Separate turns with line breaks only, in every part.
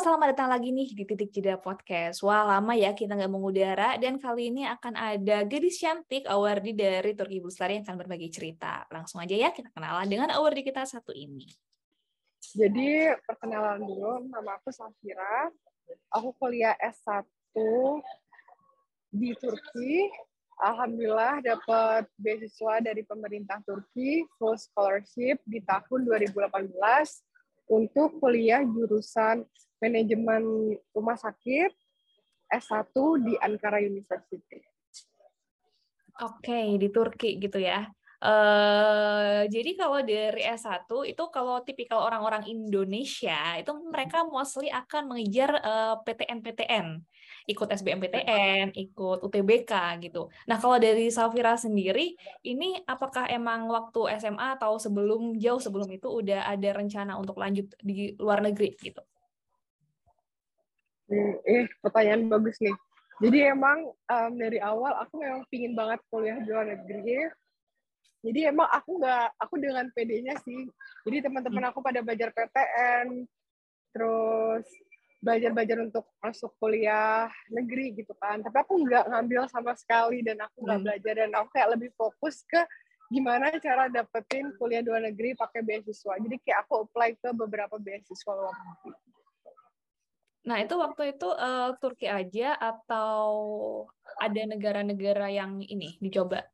selamat datang lagi nih di Titik Jeda Podcast. Wah, lama ya kita nggak mengudara, dan kali ini akan ada gadis cantik awardi dari Turki Bulstari yang akan berbagi cerita. Langsung aja ya, kita kenalan dengan awardi kita satu ini.
Jadi, perkenalan dulu, nama aku Safira. Aku kuliah S1 di Turki. Alhamdulillah dapat beasiswa dari pemerintah Turki, full scholarship di tahun 2018 untuk kuliah jurusan manajemen rumah sakit S1 di Ankara University.
Oke, di Turki gitu ya. Jadi kalau dari S1 itu kalau tipikal orang-orang Indonesia itu mereka mostly akan mengejar PTN-PTN, ikut SBMPTN, ikut UTBK gitu. Nah, kalau dari Safira sendiri, ini apakah emang waktu SMA atau jauh sebelum itu udah ada rencana untuk lanjut di luar negeri gitu?
Pertanyaan bagus nih. Jadi emang dari awal aku memang pingin banget kuliah di luar negeri. Jadi emang aku dengan PD-nya sih. Jadi teman-teman aku pada belajar PTN, terus belajar untuk masuk kuliah negeri gitu kan. Tapi aku nggak ngambil sama sekali dan aku nggak belajar, dan aku kayak lebih fokus ke gimana cara dapetin kuliah di luar negeri pakai beasiswa. Jadi kayak aku apply ke beberapa beasiswa luar negeri.
Nah, itu waktu itu Turki aja atau ada negara-negara yang ini dicoba?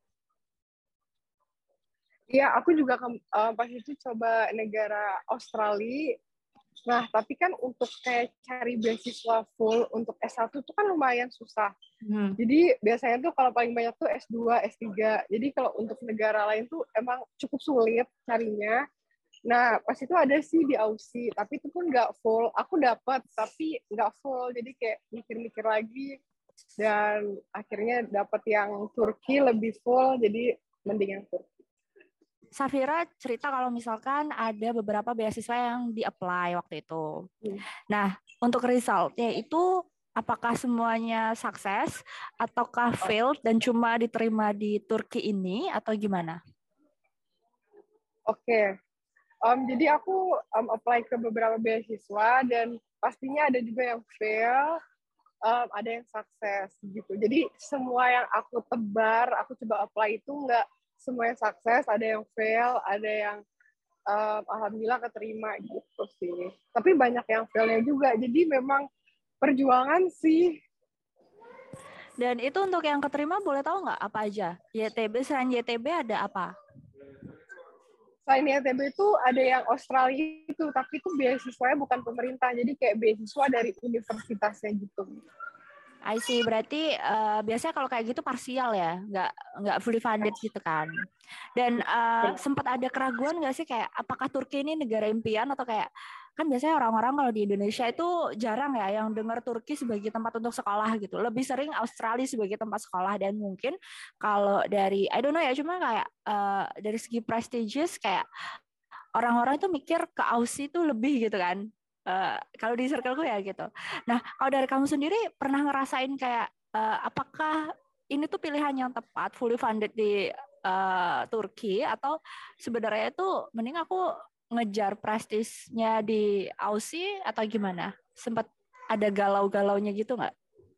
Iya, aku juga pas itu coba negara Australia. Nah, tapi kan untuk kayak cari beasiswa full untuk S1 itu kan lumayan susah. Jadi biasanya tuh kalau paling banyak tuh S2, S3. Jadi kalau untuk negara lain tuh emang cukup sulit carinya. Nah, pas itu ada sih di Aussie, tapi itu pun nggak full. Aku dapat, tapi nggak full. Jadi kayak mikir-mikir lagi, dan akhirnya dapat yang Turki lebih full, jadi mending yang Turki.
Safira cerita kalau misalkan ada beberapa beasiswa yang di-apply waktu itu. Nah, untuk resultnya itu apakah semuanya sukses ataukah failed dan cuma diterima di Turki ini atau gimana?
Oke. Jadi aku apply ke beberapa beasiswa, dan pastinya ada juga yang fail, ada yang sukses gitu. Jadi semua yang aku tebar, aku coba apply itu nggak semua yang sukses, ada yang fail, ada yang alhamdulillah keterima gitu sih. Tapi banyak yang failnya juga, jadi memang perjuangan sih.
Dan itu untuk yang keterima boleh tahu nggak apa aja? YTB, selain YTB ada apa?
Selain YTB itu ada yang Australia itu, tapi itu beasiswanya bukan pemerintah, jadi kayak beasiswa dari universitasnya gitu.
I see, berarti biasanya kalau kayak gitu parsial ya, nggak fully funded gitu kan. Dan sempat ada keraguan nggak sih kayak apakah Turki ini negara impian atau kayak kan biasanya orang-orang kalau di Indonesia itu jarang ya yang dengar Turki sebagai tempat untuk sekolah gitu. Lebih sering Australia sebagai tempat sekolah, dan mungkin kalau dari I don't know ya, cuma kayak dari segi prestigious kayak orang-orang itu mikir ke Aussie itu lebih gitu kan. Kalau di circleku ya gitu. Nah, kalau dari kamu sendiri pernah ngerasain kayak apakah ini tuh pilihan yang tepat, fully funded di Turki, atau sebenarnya itu mending aku ngejar prestisnya di Aussie atau gimana? Sempat ada galau-galaunya gitu nggak?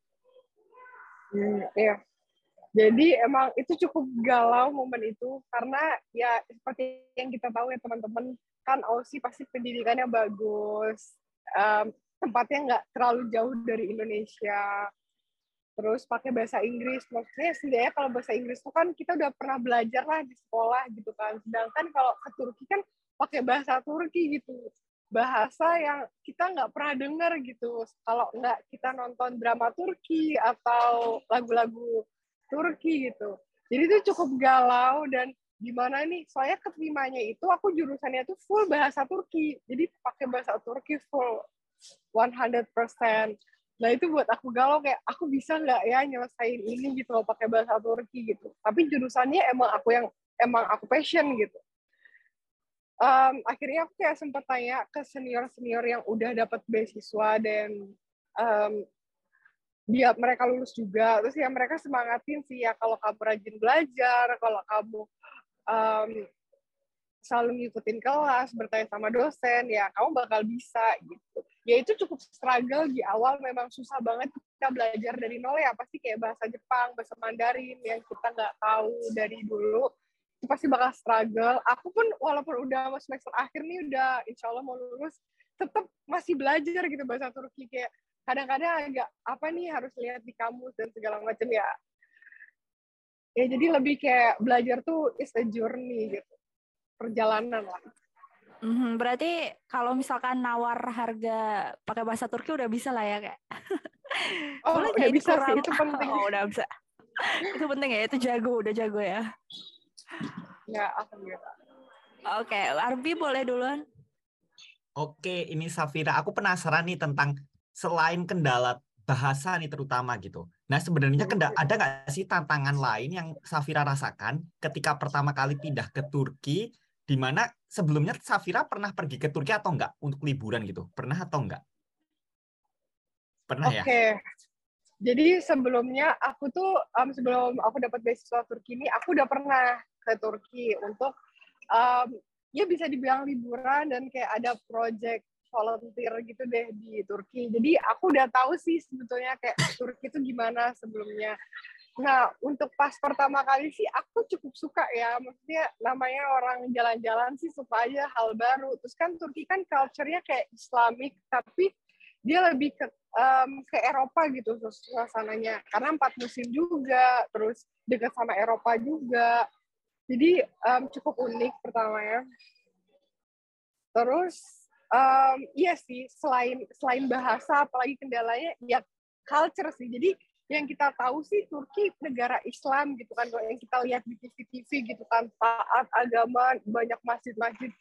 Iya. Jadi emang itu cukup galau momen itu, karena ya seperti yang kita tahu ya teman-teman, kan Aussie pasti pendidikannya bagus, tempatnya nggak terlalu jauh dari Indonesia, terus pakai bahasa Inggris. Maksudnya setidaknya kalau bahasa Inggris itu kan kita udah pernah belajar lah di sekolah gitu kan, sedangkan kalau ke Turki kan pakai bahasa Turki gitu, bahasa yang kita nggak pernah dengar gitu kalau nggak kita nonton drama Turki atau lagu-lagu Turki gitu. Jadi itu cukup galau, dan gimana nih, soalnya keterimanya itu aku jurusannya tuh full bahasa Turki, jadi pakai bahasa Turki full 100%. Nah itu buat aku galau, kayak aku bisa nggak ya nyelesain ini gitu loh pakai bahasa Turki gitu. Tapi jurusannya emang aku passion gitu. Akhirnya aku kayak sempat tanya ke senior-senior yang udah dapat beasiswa, dan mereka lulus juga, terus ya mereka semangatin sih ya, kalau kamu rajin belajar, kalau kamu selalu ngikutin kelas, bertanya sama dosen, ya kamu bakal bisa gitu. Ya itu cukup struggle di awal, memang susah banget kita belajar dari nol ya, pasti kayak bahasa Jepang, bahasa Mandarin yang kita nggak tahu dari dulu, itu pasti bakal struggle. Aku pun walaupun udah semester akhir nih, udah insya Allah mau lulus, tetap masih belajar gitu bahasa Turki, kayak kadang-kadang agak apa nih harus lihat di kamus dan segala macam ya. Ya jadi lebih kayak belajar tuh is a journey gitu, perjalanan lah.
Berarti kalau misalkan nawar harga pakai bahasa Turki udah bisa lah ya kayak.
Oh,
Boleh
udah
nggak ini
bisa
kurang?
sih, itu penting.
Oh, udah bisa. Itu penting ya, itu udah jago ya.
Ya, alhamdulillah.
Oke, Arbi boleh duluan.
Oke, ini Safira, aku penasaran nih tentang selain kendala bahasa nih terutama gitu. Nah, sebenarnya ada nggak sih tantangan lain yang Safira rasakan ketika pertama kali pindah ke Turki, di mana sebelumnya Safira pernah pergi ke Turki atau enggak untuk liburan gitu? Pernah atau enggak? Pernah ya?
Oke. Jadi sebelumnya aku tuh sebelum aku dapat beasiswa Turki ini, aku udah pernah ke Turki untuk ya bisa dibilang liburan dan kayak ada project volunteer gitu deh di Turki. Jadi aku udah tahu sih sebetulnya kayak Turki itu gimana sebelumnya. Nah, untuk pas pertama kali sih aku cukup suka ya. Maksudnya namanya orang jalan-jalan sih suka aja hal baru. Terus kan Turki kan culture-nya kayak Islamik, tapi dia lebih ke Eropa gitu suasananya. Karena 4 musim juga, terus dekat sama Eropa juga. Jadi cukup unik pertamanya. Terus iya sih, selain bahasa, apalagi kendalanya ya culture sih. Jadi yang kita tahu sih Turki negara Islam gitu kan, yang kita lihat di TV gitu kan, taat agama, banyak masjid-masjid.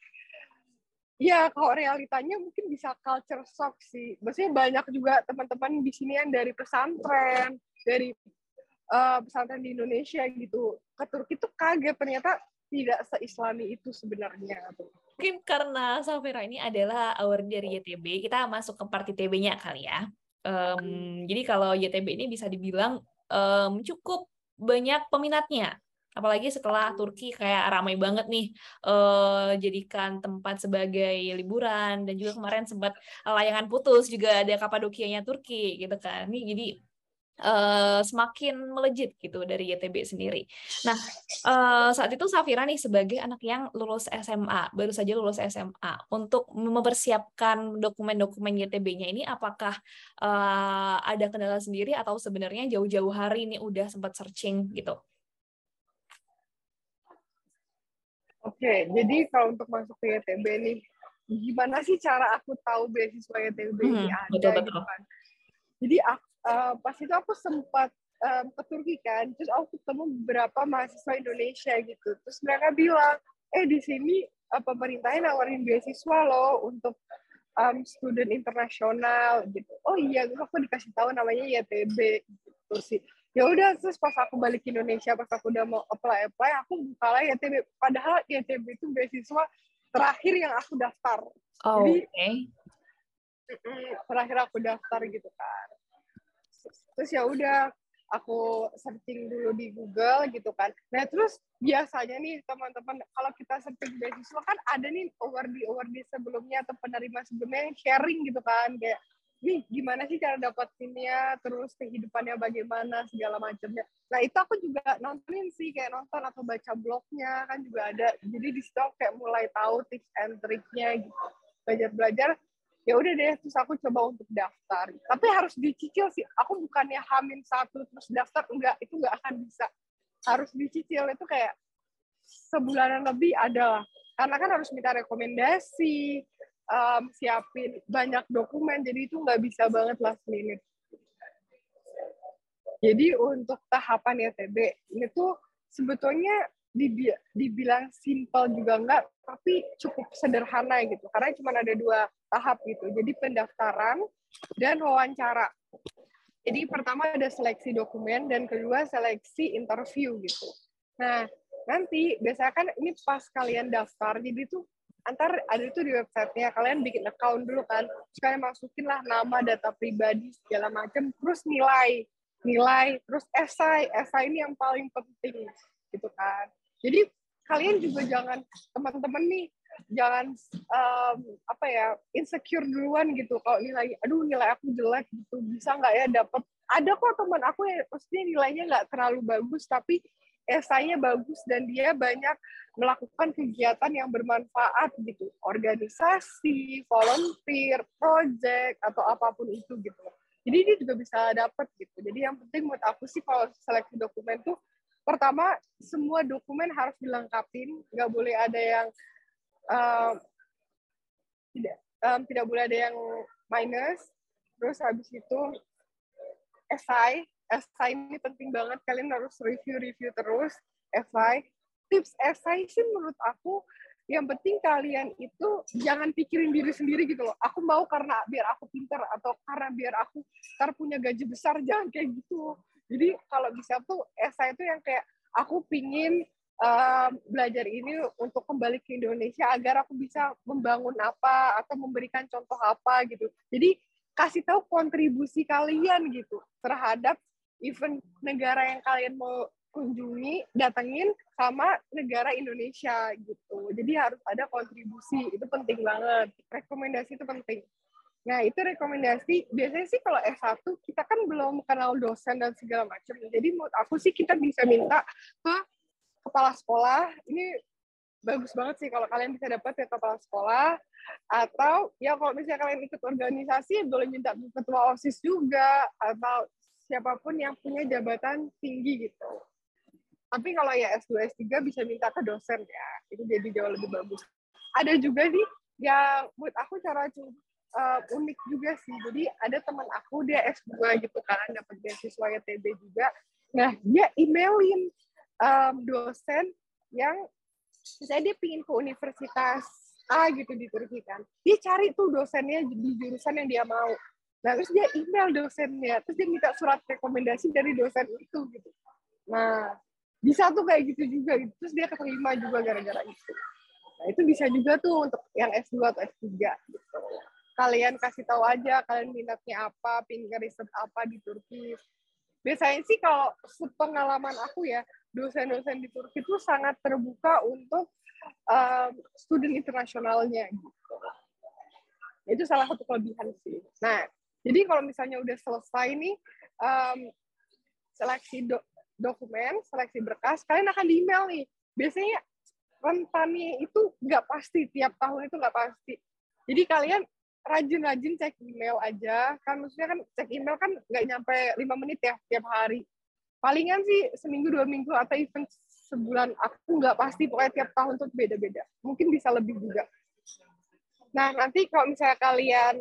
Ya, kalau realitanya mungkin bisa culture shock sih. Maksudnya banyak juga teman-teman di sini yang dari pesantren di Indonesia gitu. Ke Turki tuh kaget, ternyata tidak se-Islami itu sebenarnya.
Mungkin karena Safira ini adalah award dari YTB, kita masuk ke part YTB-nya kali ya. Jadi kalau YTB ini bisa dibilang cukup banyak peminatnya. Apalagi setelah Turki kayak ramai banget nih jadikan tempat sebagai liburan, dan juga kemarin sempat layangan putus juga ada Kapadokianya Turki gitu kan. Jadi semakin melejit gitu dari YTB sendiri. Nah, saat itu Safira nih sebagai anak yang lulus SMA, baru saja lulus SMA, untuk mempersiapkan dokumen-dokumen YTB-nya ini, apakah ada kendala sendiri atau sebenarnya jauh-jauh hari ini udah sempat searching gitu?
Oke, jadi kalau untuk masuk ke YTB nih, gimana sih cara aku tahu beasiswa YTB ini ada gitu kan? Jadi pas itu aku sempat ke Turki kan, terus aku ketemu beberapa mahasiswa Indonesia gitu. Terus mereka bilang, di sini pemerintahnya nawarin beasiswa loh untuk student internasional gitu. Oh iya, terus aku dikasih tahu namanya YTB gitu sih. Ya udah, terus pas aku balik ke Indonesia, pas aku udah mau apply, aku buka lah YTB. Padahal YTB itu beasiswa terakhir yang aku daftar. Jadi terakhir aku daftar gitu kan. Terus ya udah, aku searching dulu di Google gitu kan. Nah terus biasanya nih teman-teman, kalau kita searching beasiswa kan ada nih awardee sebelumnya atau penerima sebelumnya yang sharing gitu kan, kayak nih gimana sih cara dapetinnya, terus kehidupannya bagaimana, segala macamnya. Nah itu aku juga nontonin sih, kayak nonton atau baca blognya kan juga ada. Jadi di situ kayak mulai tahu tips and triknya gitu, belajar. Ya udah deh, terus aku coba untuk daftar. Tapi harus dicicil sih. Aku bukannya H-1 terus daftar, enggak, itu enggak akan bisa. Harus dicicil, itu kayak sebulanan lebih ada lah. Karena kan harus minta rekomendasi, siapin banyak dokumen, jadi itu nggak bisa banget last minute. Jadi untuk tahapan YTB, ini tuh sebetulnya dibilang simple juga enggak, tapi cukup sederhana gitu. Karena cuma ada 2 tahap gitu. Jadi pendaftaran dan wawancara. Jadi pertama ada seleksi dokumen dan kedua seleksi interview gitu. Nah, nanti biasanya kan ini pas kalian daftar, jadi tuh antar ada itu di websitenya, kalian bikin account dulu kan, terus kalian masukin lah nama, data pribadi, segala macam, terus nilai, terus esai ini yang paling penting gitu kan. Jadi kalian juga jangan, teman-teman nih, jangan insecure duluan gitu. Kalau nilai aku jelek gitu, bisa nggak ya dapat? Ada kok teman aku yang maksudnya nilainya nggak terlalu bagus, tapi esainya bagus dan dia banyak melakukan kegiatan yang bermanfaat gitu, organisasi, volunteer, project atau apapun itu gitu. Jadi dia juga bisa dapat gitu. Jadi yang penting menurut aku sih kalau seleksi dokumen tuh, pertama semua dokumen harus dilengkapin, nggak boleh ada yang tidak boleh ada yang minus. Terus habis itu esai ini penting banget, kalian harus review terus esai. Tips esai sih menurut aku yang penting kalian itu jangan pikirin diri sendiri gitu loh. Aku mau karena biar aku pintar atau karena biar aku ntar punya gaji besar, jangan kayak gitu. Jadi kalau bisa tuh esai itu yang kayak aku pingin belajar ini untuk kembali ke Indonesia agar aku bisa membangun apa atau memberikan contoh apa gitu. Jadi kasih tahu kontribusi kalian gitu terhadap event negara yang kalian mau kunjungi, datengin sama negara Indonesia gitu. Jadi harus ada kontribusi, itu penting banget. Rekomendasi itu penting. Nah, itu rekomendasi. Biasanya sih kalau S1 kita kan belum kenal dosen dan segala macam. Jadi menurut aku sih kita bisa minta ke kepala sekolah. Ini bagus banget sih kalau kalian bisa dapat ke kepala sekolah, atau ya kalau misalnya kalian ikut organisasi boleh minta ketua OSIS juga, atau siapapun yang punya jabatan tinggi gitu. Tapi kalau ya S2, S3 bisa minta ke dosen ya, itu jadi jauh lebih bagus. Ada juga nih yang menurut aku cara unik juga sih. Jadi ada teman aku, dia S2 gitu kan, dapat beasiswa YTB juga. Nah, dia emailin dosen yang misalnya dia pingin ke universitas A gitu di Turki kan. Dia cari tuh dosennya di jurusan yang dia mau. Nah, terus dia email dosennya, terus dia minta surat rekomendasi dari dosen itu gitu. Nah, bisa tuh kayak gitu juga gitu. Terus dia keterima juga gara-gara itu. Nah, itu bisa juga tuh untuk yang S2 atau S3 gitu. Kalian kasih tahu aja kalian minatnya apa, pingin riset apa di Turki. Biasanya sih kalau sepengalaman aku ya, dosen-dosen di Turki itu sangat terbuka untuk student internasionalnya gitu. Itu salah satu kelebihan sih. Nah, jadi kalau misalnya udah selesai nih seleksi dokumen, seleksi berkas, kalian akan di-email nih. Biasanya rentannya itu nggak pasti, tiap tahun itu nggak pasti. Jadi kalian rajin-rajin cek email aja. Kan maksudnya kan cek email kan nggak nyampe 5 menit ya tiap hari. Palingan sih seminggu 2 minggu atau even sebulan, aku nggak pasti, pokoknya tiap tahun tuh beda-beda, mungkin bisa lebih juga. Nah, nanti kalau misalnya kalian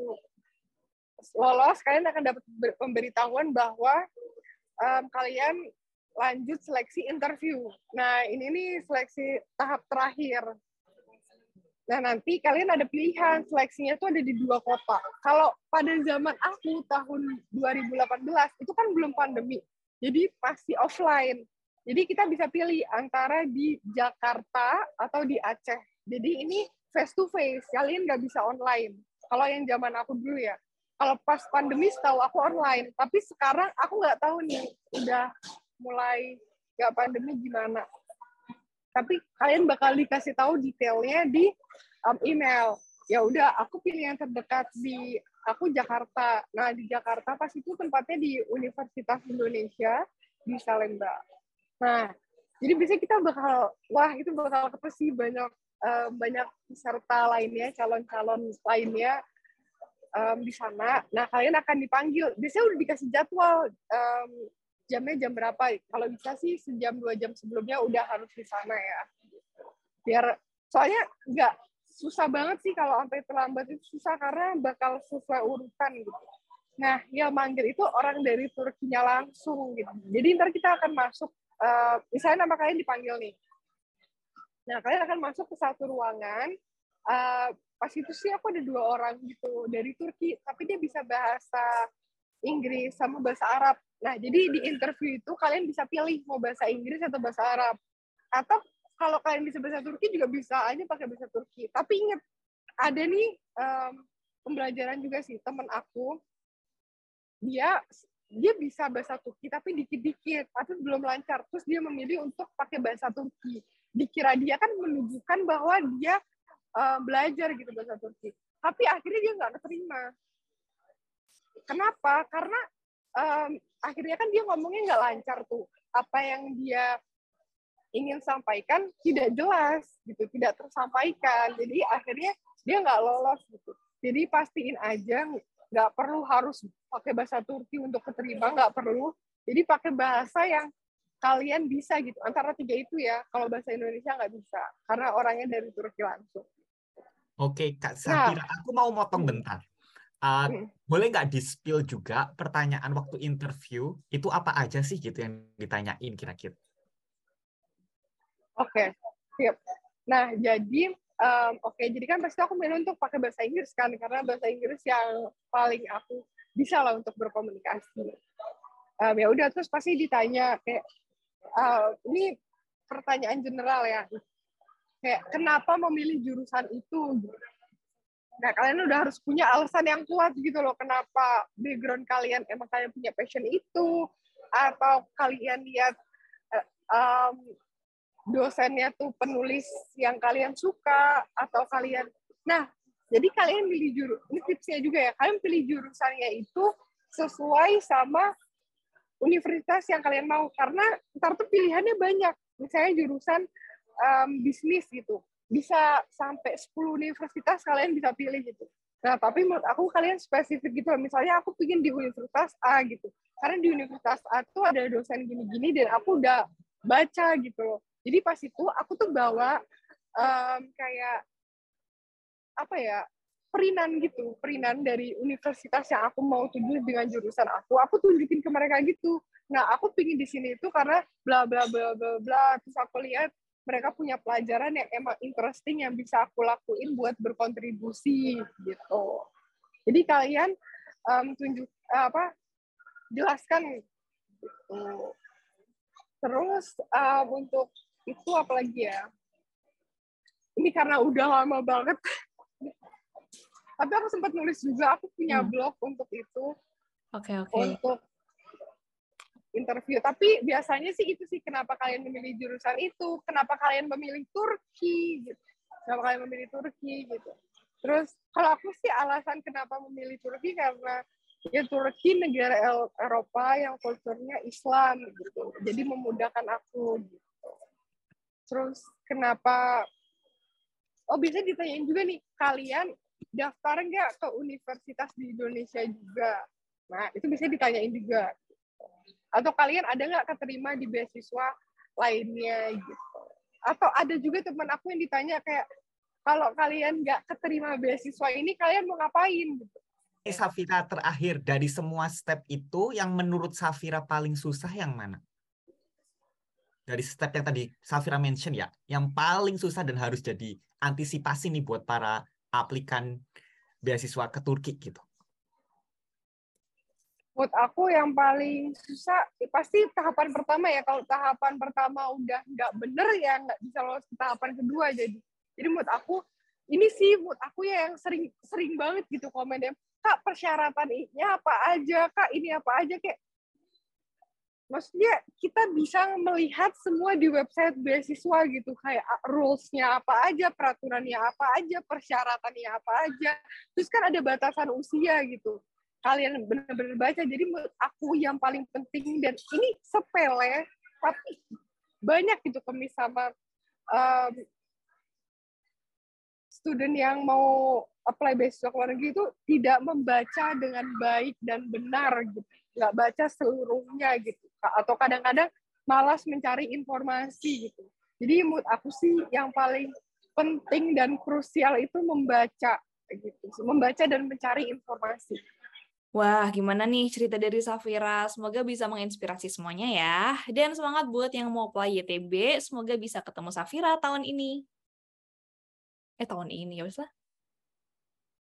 lolos, kalian akan dapat pemberitahuan bahwa kalian lanjut seleksi interview. Nah, ini nih seleksi tahap terakhir. Nah, nanti kalian ada pilihan, seleksinya tuh ada di 2 kota. Kalau pada zaman aku tahun 2018 itu kan belum pandemi, jadi pasti offline. Jadi kita bisa pilih antara di Jakarta atau di Aceh. Jadi ini face to face, kalian nggak bisa online. Kalau yang zaman aku dulu ya. Kalau pas pandemi setahu aku online, tapi sekarang aku nggak tahu nih, udah mulai nggak pandemi gimana. Tapi kalian bakal dikasih tahu detailnya di email. Ya udah, aku pilih yang terdekat di aku Jakarta. Nah, di Jakarta pas itu tempatnya di Universitas Indonesia di Salemba. Nah, jadi biasanya kita bakal ketemu sih banyak peserta lainnya, calon-calon lainnya di sana. Nah, kalian akan dipanggil. Biasanya udah dikasih jadwal jamnya jam berapa. Kalau bisa sih sejam 2 jam sebelumnya udah harus di sana ya. Biar soalnya nggak susah banget sih kalau sampai terlambat, itu susah karena bakal sesuai urutan gitu. Nah, yang manggil itu orang dari Turkinya langsung gitu. Jadi ntar kita akan masuk, misalnya nama kalian dipanggil nih. Nah, kalian akan masuk ke satu ruangan. Pas itu sih aku ada 2 orang gitu dari Turki, tapi dia bisa bahasa Inggris sama bahasa Arab. Nah, jadi di interview itu kalian bisa pilih mau bahasa Inggris atau bahasa Arab. Atau kalau kalian bisa bahasa Turki juga bisa aja pakai bahasa Turki. Tapi ingat, ada nih pembelajaran juga sih, teman aku, dia bisa bahasa Turki tapi dikit-dikit, tapi belum lancar. Terus dia memilih untuk pakai bahasa Turki. dikira dia kan menunjukkan bahwa dia belajar gitu bahasa Turki. Tapi akhirnya dia nggak keterima. Kenapa? Karena akhirnya kan dia ngomongnya nggak lancar tuh. Apa yang dia ingin sampaikan tidak jelas gitu, tidak tersampaikan. Jadi akhirnya dia nggak lolos gitu. Jadi pastiin aja nggak perlu harus pakai bahasa Turki untuk keterima, nggak perlu. Jadi pakai bahasa yang kalian bisa gitu. Antara 3 itu ya. Kalau bahasa Indonesia nggak bisa karena orangnya dari Turki langsung.
Oke, Kak Safira, aku mau motong bentar. Boleh nggak di-spill juga pertanyaan waktu interview itu apa aja sih gitu yang ditanyain kira-kira?
Oke, siap. Nah, jadi jadi kan pasti aku milih untuk pakai bahasa Inggris kan, karena bahasa Inggris yang paling aku bisa lah untuk berkomunikasi. Ya udah, terus pasti ditanya kayak ini pertanyaan general ya, kayak kenapa memilih jurusan itu? Nah, kalian udah harus punya alasan yang kuat gitu loh, kenapa background kalian emang kalian punya passion itu, atau kalian lihat dosennya tuh penulis yang kalian suka, atau kalian, nah jadi kalian pilih ini tipsnya juga ya, kalian pilih jurusannya itu sesuai sama universitas yang kalian mau, karena ntar tuh pilihannya banyak, misalnya jurusan bisnis gitu, bisa sampai 10 universitas kalian bisa pilih gitu. Nah, tapi menurut aku kalian spesifik gitu, misalnya aku pengen di universitas A gitu, karena di universitas A tuh ada dosen gini-gini dan aku udah baca gitu loh. Jadi pas itu aku tuh bawa kayak apa ya, perinan dari universitas yang aku mau tuju dengan jurusan aku tunjukin ke mereka gitu. Nah, aku pingin di sini itu karena bla bla bla bla bla, terus aku lihat mereka punya pelajaran yang emang interesting yang bisa aku lakuin buat berkontribusi gitu. Jadi kalian jelaskan gitu. Terus untuk itu apalagi ya? Ini karena udah lama banget. Tapi aku sempat nulis juga, aku punya blog untuk itu.
Oke.
Untuk interview. Tapi biasanya sih itu sih, kenapa kalian memilih jurusan itu, kenapa kalian memilih Turki gitu. Kenapa kalian memilih Turki gitu. Terus kalau aku sih alasan kenapa memilih Turki karena ya Turki negara Eropa yang kulturnya Islam gitu. Jadi memudahkan aku gitu. Terus kenapa biasanya ditanyain juga nih, kalian daftar nggak ke universitas di Indonesia juga? Nah, itu bisa ditanyain juga. Atau kalian ada nggak keterima di beasiswa lainnya gitu. Atau ada juga teman aku yang ditanya kayak, kalau kalian nggak keterima beasiswa ini, kalian mau ngapain? Gitu.
Safira, terakhir dari semua step itu, yang menurut Safira paling susah yang mana? Dari step yang tadi Safira mention ya, yang paling susah dan harus jadi antisipasi nih buat para aplikan beasiswa ke Turki gitu.
Menurut aku yang paling susah pasti tahapan pertama ya. Kalau tahapan pertama udah nggak bener ya nggak bisa lolos ke tahapan kedua. Jadi menurut aku ini sih menurut aku ya yang sering banget gitu komennya, Kak persyaratannya apa aja, Kak ini apa aja, kayak maksudnya kita bisa melihat semua di website beasiswa gitu, kayak rules-nya apa aja, peraturannya apa aja, persyaratannya apa aja. Terus kan ada batasan usia gitu. Kalian benar-benar baca. Jadi menurut aku yang paling penting, dan ini sepele, tapi banyak gitu kemis sama student yang mau apply beasiswa ke luar negeri itu tidak membaca dengan baik dan benar gitu. Nggak baca seluruhnya gitu. Atau kadang-kadang malas mencari informasi gitu. Jadi menurut aku sih yang paling penting dan krusial itu membaca gitu. Membaca dan mencari informasi.
Wah, gimana nih cerita dari Safira? Semoga bisa menginspirasi semuanya ya. Dan semangat buat yang mau apply YTB, semoga bisa ketemu Safira tahun ini. Tahun ini ya,